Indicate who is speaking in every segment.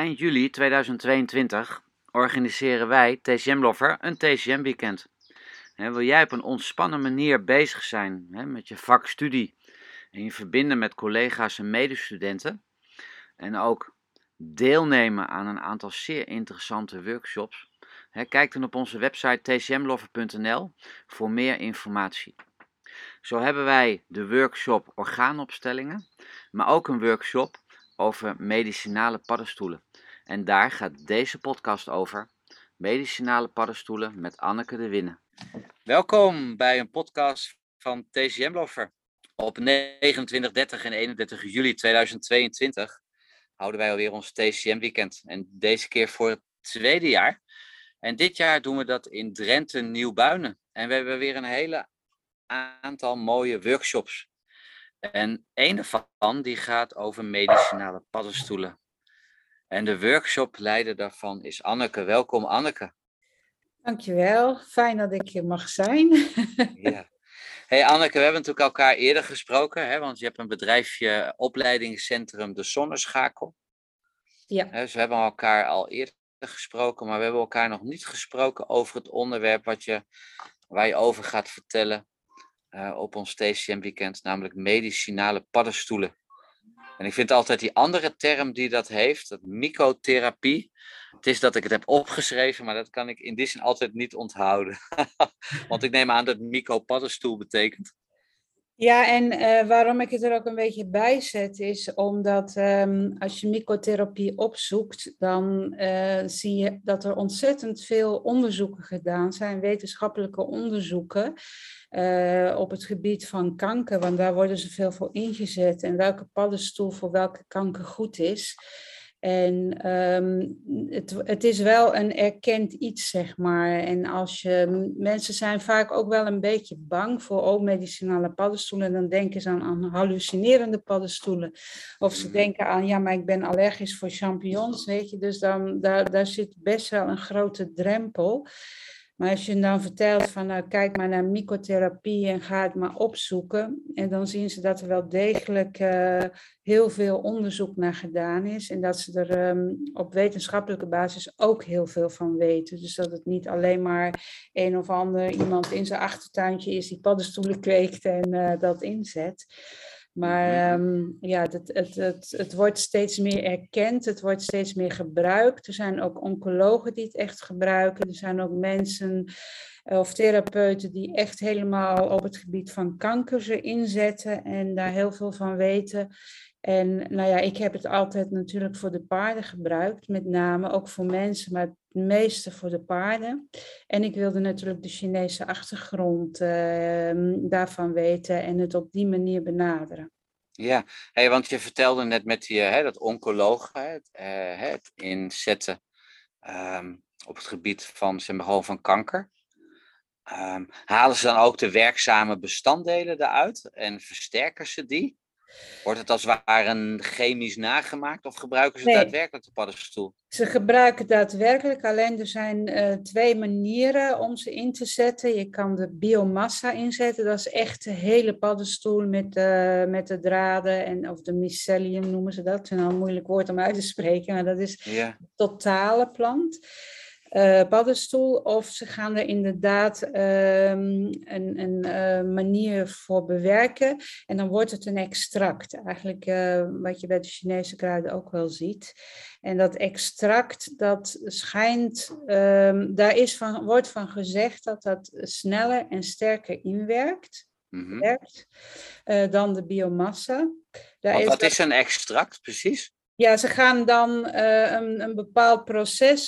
Speaker 1: Eind juli 2022 organiseren wij, TCM Lover, een TCM weekend. Wil jij op een ontspannen manier bezig zijn met je vakstudie en je verbinden met collega's en medestudenten en ook deelnemen aan een aantal zeer interessante workshops? Kijk dan op onze website tcmlover.nl voor meer informatie. Zo hebben wij de workshop orgaanopstellingen, maar ook een workshop over medicinale paddenstoelen. En daar gaat deze podcast over: medicinale paddenstoelen met Anneke de Winne. Welkom bij een podcast van TCM Lover. Op 29, 30 en 31 juli 2022 houden wij alweer ons TCM weekend. En deze keer voor het tweede jaar. En dit jaar doen we dat in Drenthe Nieuwbuinen. En we hebben weer een hele aantal mooie workshops. En een daarvan die gaat over medicinale paddenstoelen. En de workshopleider daarvan is Anneke. Welkom Anneke.
Speaker 2: Dankjewel, fijn dat ik hier mag zijn.
Speaker 1: Ja. Hey Anneke, we hebben natuurlijk elkaar eerder gesproken, want je hebt een bedrijfje, opleidingscentrum De Zonneschakel.
Speaker 2: Ja.
Speaker 1: Dus we hebben elkaar al eerder gesproken, maar we hebben elkaar nog niet gesproken over het onderwerp waar je over gaat vertellen op ons TCM weekend, namelijk medicinale paddenstoelen. En ik vind altijd die andere term die dat heeft, dat mycotherapie. Het is dat ik het heb opgeschreven, maar dat kan ik in die zin altijd niet onthouden. Want ik neem aan dat myco-paddenstoel betekent.
Speaker 2: Ja, en waarom ik het er ook een beetje bij zet is omdat als je mycotherapie opzoekt, dan zie je dat er ontzettend veel onderzoeken gedaan zijn, wetenschappelijke onderzoeken op het gebied van kanker, want daar worden ze veel voor ingezet en welke paddenstoel voor welke kanker goed is. En het is wel een erkend iets, zeg maar. En mensen zijn vaak ook wel een beetje bang voor medicinale paddenstoelen. Dan denken ze aan hallucinerende paddenstoelen. Of ze denken aan, ja, maar ik ben allergisch voor champignons, weet je. Dus daar zit best wel een grote drempel. Maar als je dan vertelt van, nou, kijk maar naar mycotherapie en ga het maar opzoeken. En dan zien ze dat er wel degelijk heel veel onderzoek naar gedaan is. En dat ze er op wetenschappelijke basis ook heel veel van weten. Dus dat het niet alleen maar een of ander iemand in zijn achtertuintje is die paddenstoelen kweekt en dat inzet. Maar ja, het wordt steeds meer erkend, het wordt steeds meer gebruikt. Er zijn ook oncologen die het echt gebruiken. Er zijn ook mensen of therapeuten die echt helemaal op het gebied van kanker ze inzetten en daar heel veel van weten. En nou ja, ik heb het altijd natuurlijk voor de paarden gebruikt, met name ook voor mensen, maar het meeste voor de paarden. En ik wilde natuurlijk de Chinese achtergrond daarvan weten en het op die manier benaderen.
Speaker 1: Ja, want je vertelde net met dat oncologen het inzetten op het gebied van, zeg maar, gewoon van kanker. Halen ze dan ook de werkzame bestanddelen eruit en versterken ze die? Wordt het als het ware chemisch nagemaakt of gebruiken ze daadwerkelijk de paddenstoel?
Speaker 2: Ze gebruiken daadwerkelijk, alleen er zijn twee manieren om ze in te zetten. Je kan de biomassa inzetten, dat is echt de hele paddenstoel met de draden, of de mycelium noemen ze dat. Het is een moeilijk woord om uit te spreken, maar dat is de totale plant. Paddenstoel, of ze gaan er inderdaad een manier voor bewerken en dan wordt het een extract, eigenlijk wat je bij de Chinese kruiden ook wel ziet. En dat extract, dat schijnt, wordt van gezegd dat dat sneller en sterker inwerkt dan de biomassa.
Speaker 1: Wat is een extract precies?
Speaker 2: Ja, ze gaan dan een bepaald proces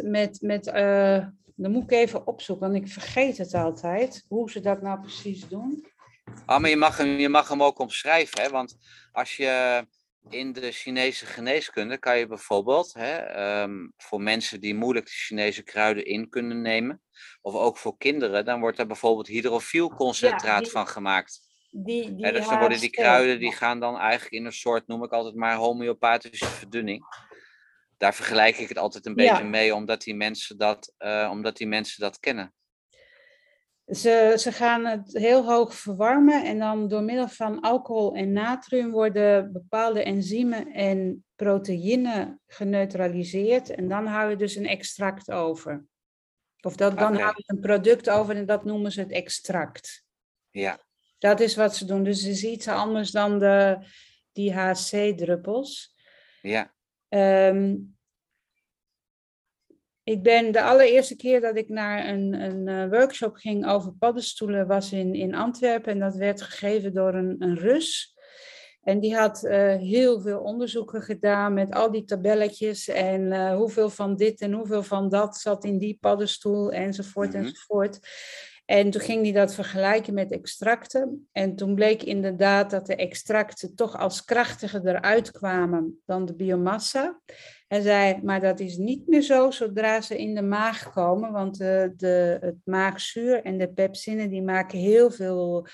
Speaker 2: dan moet ik even opzoeken, want ik vergeet het altijd, hoe ze dat nou precies doen.
Speaker 1: Maar je mag hem ook omschrijven, want als je in de Chinese geneeskunde kan je bijvoorbeeld voor mensen die moeilijk de Chinese kruiden in kunnen nemen, of ook voor kinderen, dan wordt er bijvoorbeeld hydrofielconcentraat van gemaakt. Dus dan worden die kruiden, die gaan dan eigenlijk in een soort, noem ik altijd maar, homeopathische verdunning. Daar vergelijk ik het altijd een beetje mee, omdat die mensen dat kennen.
Speaker 2: Ze gaan het heel hoog verwarmen en dan door middel van alcohol en natrium worden bepaalde enzymen en proteïnen geneutraliseerd. En dan hou je dus een extract over. Dan hou
Speaker 1: Oké,
Speaker 2: je een product over en dat noemen ze het extract.
Speaker 1: ja,
Speaker 2: Dat is wat ze doen. Dus het is iets anders dan die HC-druppels.
Speaker 1: ja.
Speaker 2: Ik ben de allereerste keer dat ik naar een workshop ging over paddenstoelen was in Antwerpen. En dat werd gegeven door een Rus. En die had heel veel onderzoeken gedaan met al die tabelletjes. En hoeveel van dit en hoeveel van dat zat in die paddenstoel enzovoort enzovoort. En toen ging hij dat vergelijken met extracten. En toen bleek inderdaad dat de extracten toch als krachtiger eruit kwamen dan de biomassa. Hij zei, maar dat is niet meer zo zodra ze in de maag komen, want het maagzuur en de pepsine die maken heel veel,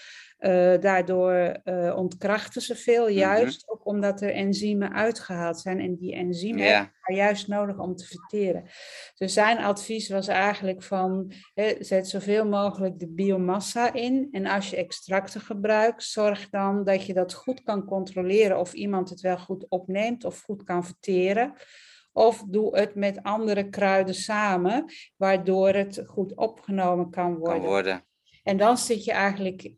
Speaker 2: daardoor ontkrachten ze veel, juist ook omdat er enzymen uitgehaald zijn en die enzymen hebben we juist nodig om te verteren. Dus zijn advies was eigenlijk van, zet zoveel mogelijk de biomassa in en als je extracten gebruikt, zorg dan dat je dat goed kan controleren of iemand het wel goed opneemt of goed kan verteren. Of doe het met andere kruiden samen, waardoor het goed opgenomen kan worden. En dan zit je eigenlijk,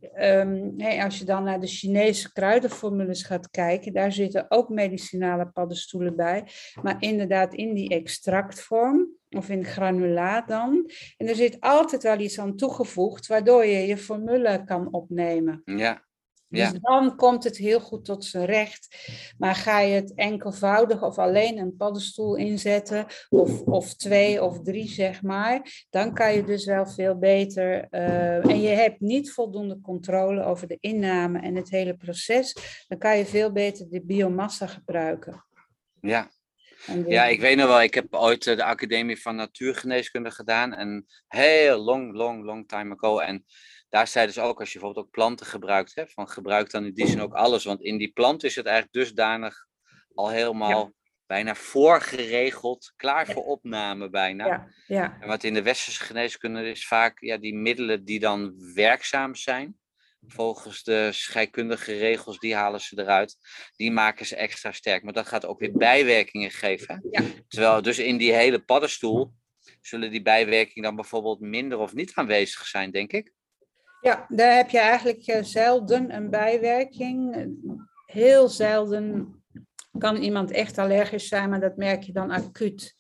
Speaker 2: als je dan naar de Chinese kruidenformules gaat kijken, daar zitten ook medicinale paddenstoelen bij, maar inderdaad in die extractvorm of in granulaat dan. En er zit altijd wel iets aan toegevoegd, waardoor je je formule kan opnemen.
Speaker 1: Ja.
Speaker 2: Dus dan komt het heel goed tot zijn recht. Maar ga je het enkelvoudig of alleen een paddenstoel inzetten, of 2 of 3 zeg maar, dan kan je dus wel veel beter. En je hebt niet voldoende controle over de inname en het hele proces, dan kan je veel beter de biomassa gebruiken.
Speaker 1: Ja. Ja, ik weet nog wel, ik heb ooit de Academie van Natuurgeneeskunde gedaan. En heel long time ago. En daar zeiden ze ook, als je bijvoorbeeld ook planten gebruikt, van gebruik dan in die zin ook alles. Want in die plant is het eigenlijk dusdanig al helemaal bijna voorgeregeld, klaar voor opname bijna.
Speaker 2: Ja.
Speaker 1: En wat in de westerse geneeskunde is vaak die middelen die dan werkzaam zijn. Volgens de scheikundige regels, die halen ze eruit. Die maken ze extra sterk. Maar dat gaat ook weer bijwerkingen geven.
Speaker 2: Ja.
Speaker 1: Terwijl dus in die hele paddenstoel zullen die bijwerkingen dan bijvoorbeeld minder of niet aanwezig zijn, denk ik.
Speaker 2: Ja, daar heb je eigenlijk zelden een bijwerking. Heel zelden kan iemand echt allergisch zijn, maar dat merk je dan acuut.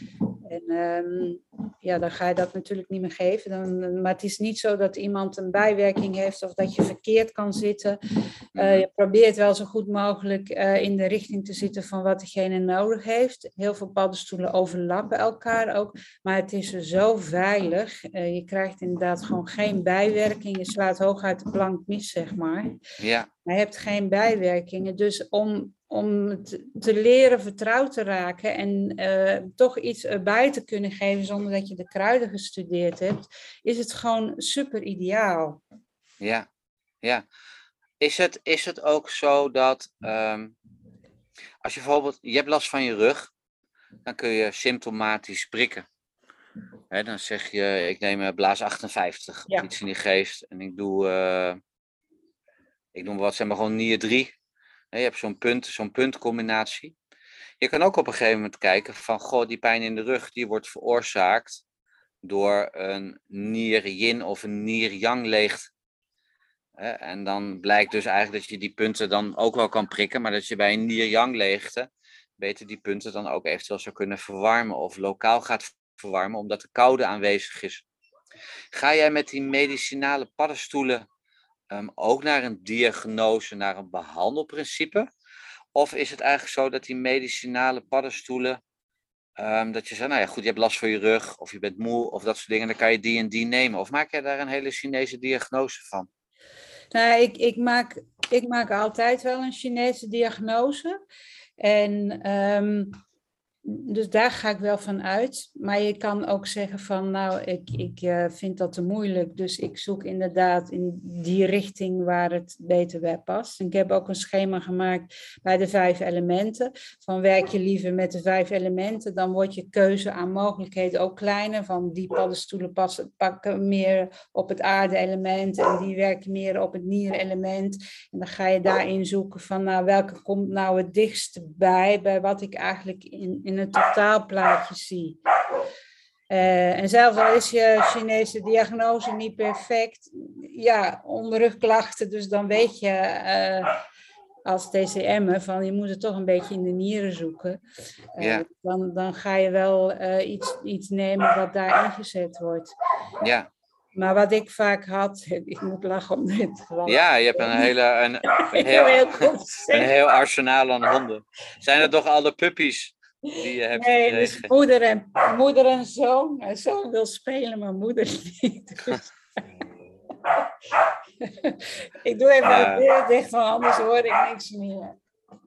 Speaker 2: En dan ga je dat natuurlijk niet meer geven. Maar het is niet zo dat iemand een bijwerking heeft of dat je verkeerd kan zitten. Je probeert wel zo goed mogelijk in de richting te zitten van wat degene nodig heeft. Heel veel paddenstoelen overlappen elkaar ook, maar het is zo veilig. Je krijgt inderdaad gewoon geen bijwerking. Je slaat hooguit de plank mis, zeg maar.
Speaker 1: Ja.
Speaker 2: Maar je hebt geen bijwerkingen. Dus om te leren vertrouwd te raken en toch iets erbij te kunnen geven zonder dat je de kruiden gestudeerd hebt, is het gewoon super ideaal.
Speaker 1: Ja. Is het ook zo dat als je bijvoorbeeld, je hebt last van je rug, dan kun je symptomatisch prikken. Dan zeg je, ik neem blaas 58 of iets in die geest en ik doe wat, zeg maar gewoon nier 3. Je hebt zo'n puntcombinatie. Je kan ook op een gegeven moment kijken van, goh, die pijn in de rug, die wordt veroorzaakt door een nier-yin of een nier-yang leegte. En dan blijkt dus eigenlijk dat je die punten dan ook wel kan prikken, maar dat je bij een nier-yang leegte beter die punten dan ook eventueel zou kunnen verwarmen of lokaal gaat verwarmen, omdat de koude aanwezig is. Ga jij met die medicinale paddenstoelen ook naar een diagnose, naar een behandelprincipe? Of is het eigenlijk zo dat die medicinale paddenstoelen, dat je zegt, nou ja goed, je hebt last van je rug, of je bent moe, of dat soort dingen, dan kan je die en die nemen. Of maak jij daar een hele Chinese diagnose van?
Speaker 2: Nou, ik maak altijd wel een Chinese diagnose. En Dus daar ga ik wel van uit. Maar je kan ook zeggen van, nou, ik vind dat te moeilijk. Dus ik zoek inderdaad in die richting waar het beter bij past. En ik heb ook een schema gemaakt bij de 5 elementen. Van werk je liever met de 5 elementen, dan wordt je keuze aan mogelijkheden ook kleiner. Van die paddenstoelen pakken meer op het aarde-element en die werken meer op het nier-element. En dan ga je daarin zoeken van, nou, welke komt nou het dichtst bij wat ik eigenlijk in het totaalplaatje zie. En zelfs al is je Chinese diagnose niet perfect, ja, onderrugklachten, dus dan weet je als TCM'er van je moet het toch een beetje in de nieren zoeken. Dan ga je wel iets nemen wat daar ingezet wordt.
Speaker 1: Ja.
Speaker 2: Maar wat ik vaak had, ik moet lachen om dit geval.
Speaker 1: Ja, je hebt een heel arsenaal aan honden. Zijn dat toch al de puppies die je hebt
Speaker 2: Nee,
Speaker 1: gekregen?
Speaker 2: dus moeder en zoon. Mijn zoon wil spelen, maar moeder niet. Dus... ik doe even de deur dicht, want anders hoor ik niks meer.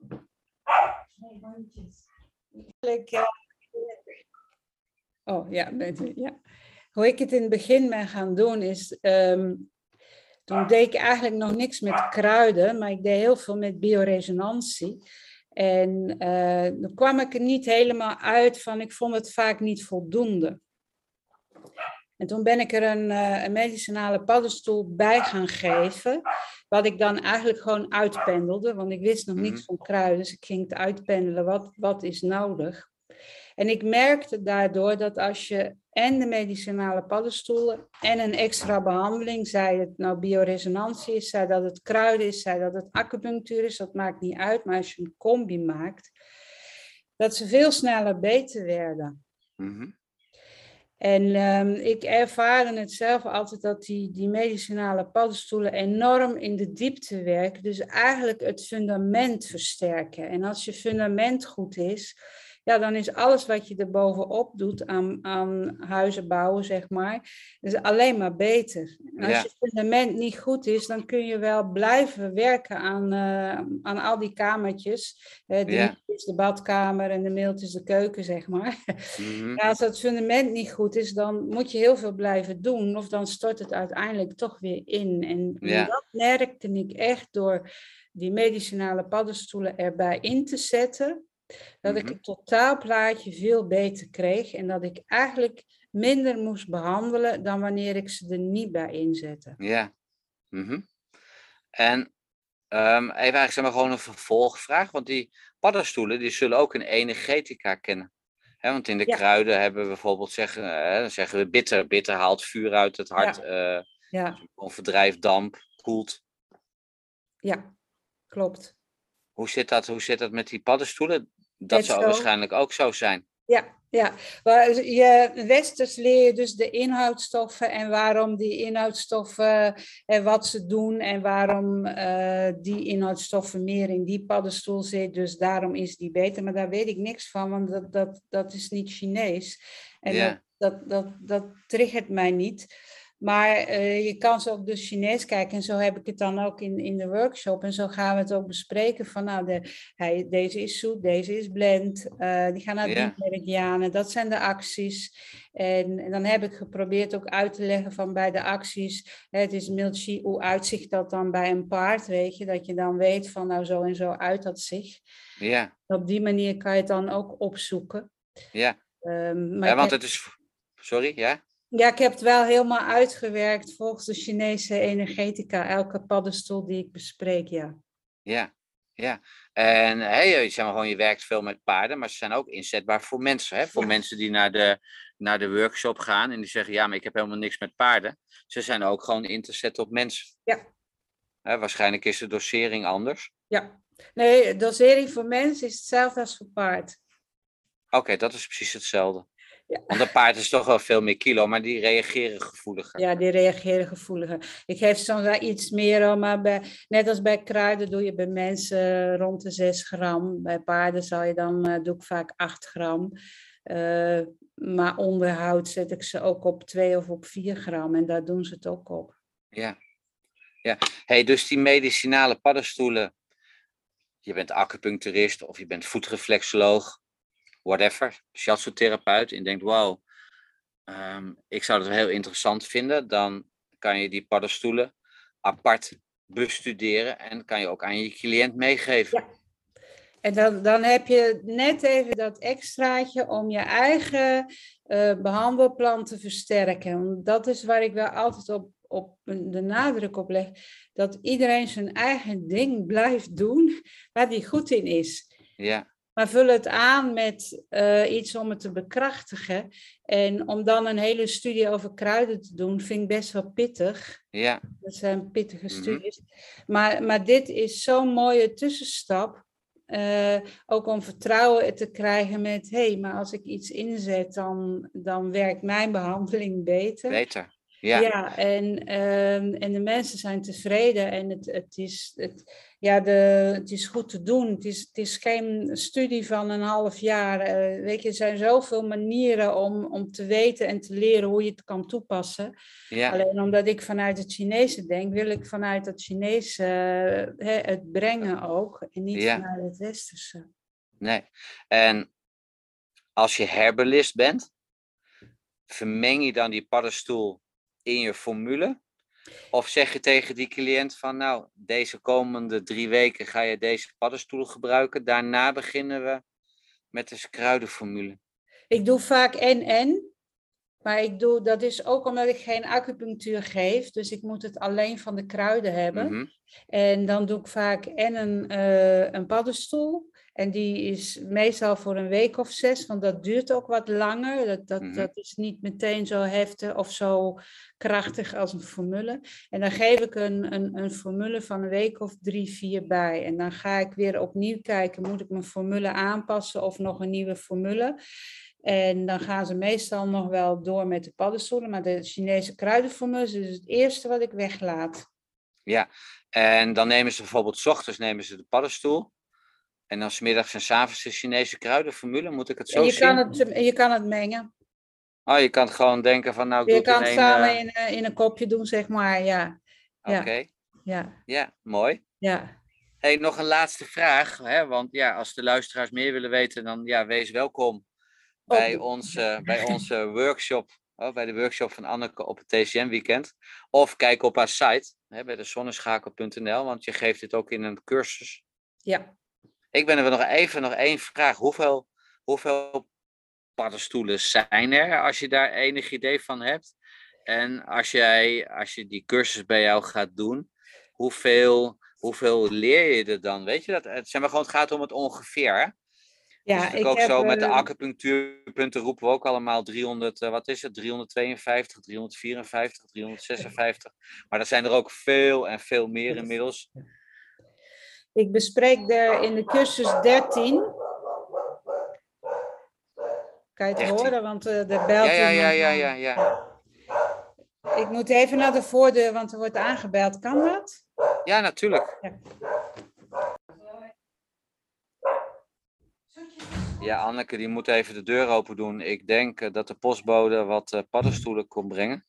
Speaker 2: Oh ja, ja. Hoe ik het in het begin ben gaan doen is... toen deed ik eigenlijk nog niks met kruiden, maar ik deed heel veel met bioresonantie. En dan kwam ik er niet helemaal uit van, ik vond het vaak niet voldoende. En toen ben ik er een medicinale paddenstoel bij gaan geven, wat ik dan eigenlijk gewoon uitpendelde, want ik wist nog niets van kruiden, dus ik ging het uitpendelen, wat is nodig. En ik merkte daardoor dat als je en de medicinale paddenstoelen en een extra behandeling, zij het nou bioresonantie is, zij dat het kruiden is, zij dat het acupunctuur is, dat maakt niet uit, maar als je een combi maakt, dat ze veel sneller beter werden. En ik ervaarde het zelf altijd dat die medicinale paddenstoelen enorm in de diepte werken, dus eigenlijk het fundament versterken. En als je fundament goed is, ja, dan is alles wat je er bovenop doet aan huizen bouwen, zeg maar, is alleen maar beter. En als je fundament niet goed is, dan kun je wel blijven werken aan al die kamertjes. De milt is de badkamer en de milt is de keuken, zeg maar. Ja, als dat fundament niet goed is, dan moet je heel veel blijven doen, of dan stort het uiteindelijk toch weer in. En dat merkte ik echt door die medicinale paddenstoelen erbij in te zetten. Dat ik het totaalplaatje veel beter kreeg en dat ik eigenlijk minder moest behandelen dan wanneer ik ze er niet bij inzette.
Speaker 1: Ja. En even eigenlijk zeg maar gewoon een vervolgvraag, want die paddenstoelen die zullen ook een energetica kennen. Want in de kruiden hebben we bijvoorbeeld dan zeggen we bitter. Bitter haalt vuur uit het hart, verdrijft damp, koelt.
Speaker 2: Ja, klopt.
Speaker 1: Hoe zit dat met die paddenstoelen? Dat zou waarschijnlijk ook zo zijn.
Speaker 2: Ja. Westers leer je dus de inhoudstoffen en waarom die inhoudstoffen en wat ze doen en waarom die inhoudstoffen meer in die paddenstoel zitten. Dus daarom is die beter. Maar daar weet ik niks van, want dat is niet Chinees. En dat triggert mij niet. Maar je kan ze ook dus Chinees kijken en zo heb ik het dan ook in de workshop. En zo gaan we het ook bespreken van nou, deze is zoet, deze is blend. Die gaan naar die meridianen, dat zijn de acties. En dan heb ik geprobeerd ook uit te leggen van bij de acties. Het is milchi, hoe uitzicht dat dan bij een paard, weet je. Dat je dan weet van nou zo en zo uit dat zich.
Speaker 1: Ja.
Speaker 2: Op die manier kan je het dan ook opzoeken.
Speaker 1: Ja, want het is... Sorry, ja?
Speaker 2: Ja, ik heb het wel helemaal uitgewerkt volgens de Chinese energetica. Elke paddenstoel die ik bespreek,
Speaker 1: Ja. En je werkt veel met paarden, maar ze zijn ook inzetbaar voor mensen. Hè? Voor mensen die naar de workshop gaan en die zeggen, ja, maar ik heb helemaal niks met paarden. Ze zijn ook gewoon in te zetten op mensen.
Speaker 2: Ja.
Speaker 1: Waarschijnlijk is de dosering anders.
Speaker 2: Ja. Nee, de dosering voor mensen is hetzelfde als voor paard.
Speaker 1: Oké, dat is precies hetzelfde. Ja. Want een paard is toch wel veel meer kilo, maar die reageren gevoeliger.
Speaker 2: Ja, die reageren gevoeliger. Ik geef soms wel iets meer, maar net als bij kruiden doe je bij mensen rond de 6 gram. Bij paarden doe ik vaak 8 gram. Maar onderhoud zet ik ze ook op 2 of op 4 gram en daar doen ze het ook op.
Speaker 1: Ja. Hey, dus die medicinale paddenstoelen, je bent acupuncturist of je bent voetreflexoloog. whatever, shiatsu-therapeut, en denkt, wow, ik zou dat wel heel interessant vinden, dan kan je die paddenstoelen apart bestuderen en kan je ook aan je cliënt meegeven.
Speaker 2: Ja. En dan heb je net even dat extraatje om je eigen behandelplan te versterken. Want dat is waar ik wel altijd op de nadruk op leg. Dat iedereen zijn eigen ding blijft doen waar hij goed in is.
Speaker 1: Ja,
Speaker 2: Maar vul het aan met iets om het te bekrachtigen. En om dan een hele studie over kruiden te doen, vind ik best wel pittig.
Speaker 1: ja.
Speaker 2: Dat zijn pittige studies. Maar dit is zo'n mooie tussenstap. Ook om vertrouwen te krijgen met, hé, maar als ik iets inzet, dan werkt mijn behandeling beter.
Speaker 1: Beter, ja.
Speaker 2: Ja, en de mensen zijn tevreden en het is goed te doen. Het is geen studie van een half jaar. Weet je, er zijn zoveel manieren om te weten en te leren hoe je het kan toepassen.
Speaker 1: Ja.
Speaker 2: Alleen omdat ik vanuit het Chinese denk, wil ik vanuit het Chinese het brengen ook. En niet vanuit het Westerse.
Speaker 1: Nee. En als je herbalist bent, vermeng je dan die paddenstoel in je formule? Of zeg je tegen die cliënt van, nou, deze komende 3 weken ga je deze paddenstoelen gebruiken. Daarna beginnen we met de kruidenformule.
Speaker 2: Ik doe vaak en. Maar dat is ook omdat ik geen acupunctuur geef. Dus ik moet het alleen van de kruiden hebben.
Speaker 1: Mm-hmm.
Speaker 2: En dan doe ik vaak een paddenstoel. En die is meestal voor een week of 6, want dat duurt ook wat langer. Dat is niet meteen zo heftig of zo krachtig als een formule. En dan geef ik een formule van een week of 3, 4 bij. En dan ga ik weer opnieuw kijken, moet ik mijn formule aanpassen of nog een nieuwe formule? En dan gaan ze meestal nog wel door met de paddenstoelen. Maar de Chinese kruidenformule is het eerste wat ik weglaat.
Speaker 1: Ja, en dan nemen ze bijvoorbeeld 's ochtends nemen ze de paddenstoel. En dan 's middags en 's avonds de Chinese kruidenformule. Moet ik het zo zien?
Speaker 2: Je kan het mengen.
Speaker 1: Oh, je kan het gewoon denken van, nou, ik
Speaker 2: Je
Speaker 1: doe
Speaker 2: kan
Speaker 1: het
Speaker 2: het samen in een kopje doen, zeg maar, ja.
Speaker 1: Oké.
Speaker 2: Ja.
Speaker 1: Ja, mooi.
Speaker 2: Ja.
Speaker 1: Hey, nog een laatste vraag, hè? Want ja, als de luisteraars meer willen weten, dan ja, wees welkom bij onze workshop, bij de workshop van Anneke op het TCM weekend. Of kijk op haar site, bij de zonneschakel.nl, want je geeft dit ook in een cursus.
Speaker 2: Ja.
Speaker 1: Ik ben er nog één vraag. Hoeveel paddenstoelen zijn er, als je daar enig idee van hebt? En als je die cursus bij jou gaat doen, hoeveel leer je er dan? Weet je dat? Het gaat om het ongeveer, hè?
Speaker 2: Ja,
Speaker 1: dus ook zo met de acupunctuurpunten roepen we ook allemaal 300, 352, 354, 356. Maar er zijn er ook veel en veel meer inmiddels.
Speaker 2: Ik bespreek in de cursus 13. Kan je het
Speaker 1: 13.
Speaker 2: horen? Want de belt
Speaker 1: Ja.
Speaker 2: Ik moet even naar de voordeur, want er wordt aangebeld. Kan dat?
Speaker 1: Ja, natuurlijk. Ja, Anneke die moet even de deur open doen. Ik denk dat de postbode wat paddenstoelen komt brengen.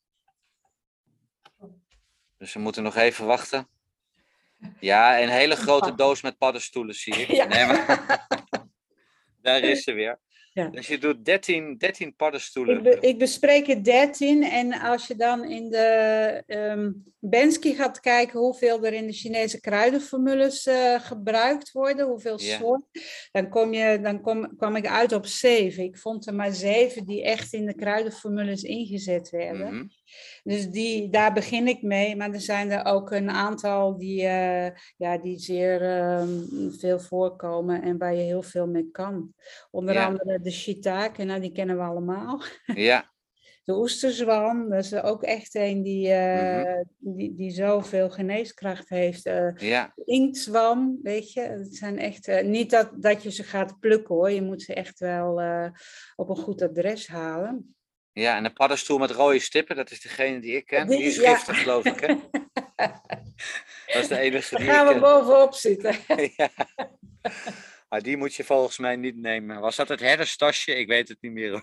Speaker 1: Dus we moeten nog even wachten. Ja, een hele grote doos met paddenstoelen zie ik.
Speaker 2: Ja.
Speaker 1: Nee, maar... Daar is ze weer.
Speaker 2: Ja.
Speaker 1: Dus je doet 13 paddenstoelen.
Speaker 2: Ik bespreek het 13 en als je dan in de Bensky gaat kijken hoeveel er in de Chinese kruidenformules gebruikt worden, hoeveel soorten, dan kwam ik uit op 7. Ik vond er maar 7 die echt in de kruidenformules ingezet werden.
Speaker 1: Mm-hmm.
Speaker 2: Dus daar begin ik mee, maar er zijn er ook een aantal die zeer veel voorkomen en waar je heel veel mee kan. Onder andere de shiitake, nou die kennen we allemaal.
Speaker 1: Ja.
Speaker 2: De oesterzwam, dat is ook echt een die zoveel geneeskracht heeft. De inktzwam, weet je, het zijn echt, niet dat je ze gaat plukken hoor, je moet ze echt wel op een goed adres halen.
Speaker 1: Ja, en een paddenstoel met rode stippen, dat is degene die ik ken. Die is giftig, geloof ik, hè? Dat is de enige die ik ken.
Speaker 2: Daar gaan we bovenop zitten.
Speaker 1: Ja. Maar die moet je volgens mij niet nemen. Was dat het herderstasje? Ik weet het niet meer.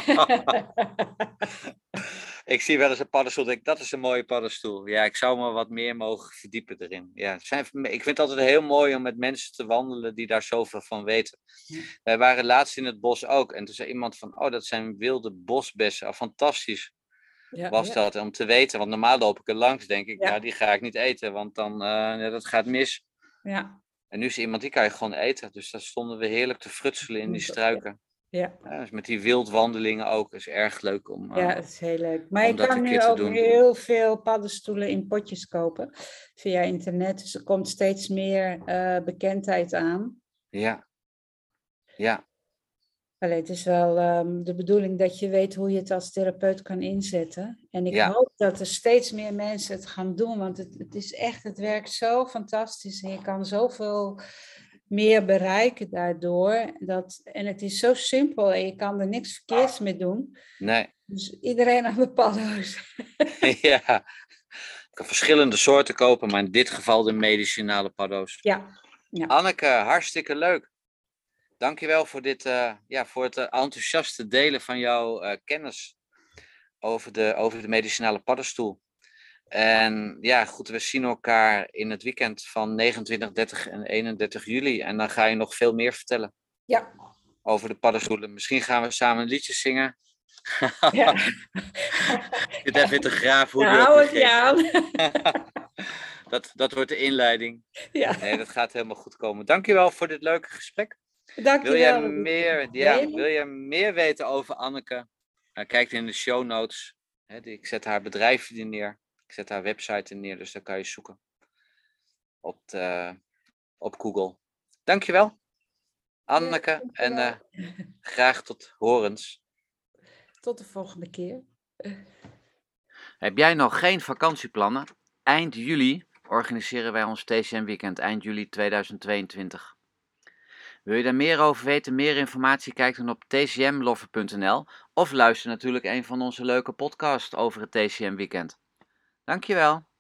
Speaker 1: Ik zie wel eens een paddenstoel, denk dat is een mooie paddenstoel. Ja, ik zou me wat meer mogen verdiepen erin. Ja, ik vind het altijd heel mooi om met mensen te wandelen die daar zoveel van weten.
Speaker 2: Ja.
Speaker 1: Wij waren laatst in het bos ook en toen zei iemand van, oh, dat zijn wilde bosbessen. Oh, fantastisch was dat om te weten. Want normaal loop ik er langs, denk ik, nou, die ga ik niet eten, want dan, dat gaat mis.
Speaker 2: Ja.
Speaker 1: En nu is er iemand, die kan je gewoon eten. Dus daar stonden we heerlijk te frutselen in die struiken.
Speaker 2: Ja.
Speaker 1: Dus met die wildwandelingen ook, is erg leuk om
Speaker 2: Ja, het is heel leuk. Maar je
Speaker 1: dat
Speaker 2: kan
Speaker 1: een
Speaker 2: nu
Speaker 1: keer te
Speaker 2: ook
Speaker 1: doen.
Speaker 2: heel veel paddenstoelen in potjes kopen via internet. Dus er komt steeds meer bekendheid aan.
Speaker 1: Ja. Ja.
Speaker 2: Allee, het is wel de bedoeling dat je weet hoe je het als therapeut kan inzetten. En ik hoop dat er steeds meer mensen het gaan doen, want het is echt, het werkt zo fantastisch en je kan zoveel meer bereiken daardoor. En het is zo simpel en je kan er niks verkeerds mee doen.
Speaker 1: Nee.
Speaker 2: Dus iedereen aan de paddo's.
Speaker 1: Ja. Je kan verschillende soorten kopen, maar in dit geval de medicinale paddo's.
Speaker 2: Ja.
Speaker 1: Anneke, hartstikke leuk. Dankjewel voor dit, voor het enthousiaste delen van jouw kennis over de medicinale paddenstoel. En ja, goed, we zien elkaar in het weekend van 29, 30 en 31 juli. En dan ga je nog veel meer vertellen.
Speaker 2: Ja.
Speaker 1: Over de paddenstoelen. Misschien gaan we samen een liedje zingen.
Speaker 2: Ja.
Speaker 1: Ik zit even te graven hoe die
Speaker 2: hou
Speaker 1: ook
Speaker 2: het je aan.
Speaker 1: Dat wordt de inleiding.
Speaker 2: Ja.
Speaker 1: Nee, dat gaat helemaal goed komen. Dankjewel voor dit leuke gesprek.
Speaker 2: Dankjewel.
Speaker 1: Wil je meer weten over Anneke? Kijk in de show notes. Ik zet haar bedrijf er neer. Ik zet haar website er neer, dus daar kan je zoeken. Op Google. Dankjewel, Anneke. Ja, en graag tot horens.
Speaker 2: Tot de volgende keer.
Speaker 1: Heb jij nog geen vakantieplannen? Eind juli organiseren wij ons TCM Weekend, eind juli 2022. Wil je daar meer over weten, meer informatie, kijk dan op tcmlover.nl of luister natuurlijk een van onze leuke podcasts over het TCM Weekend. Dankjewel.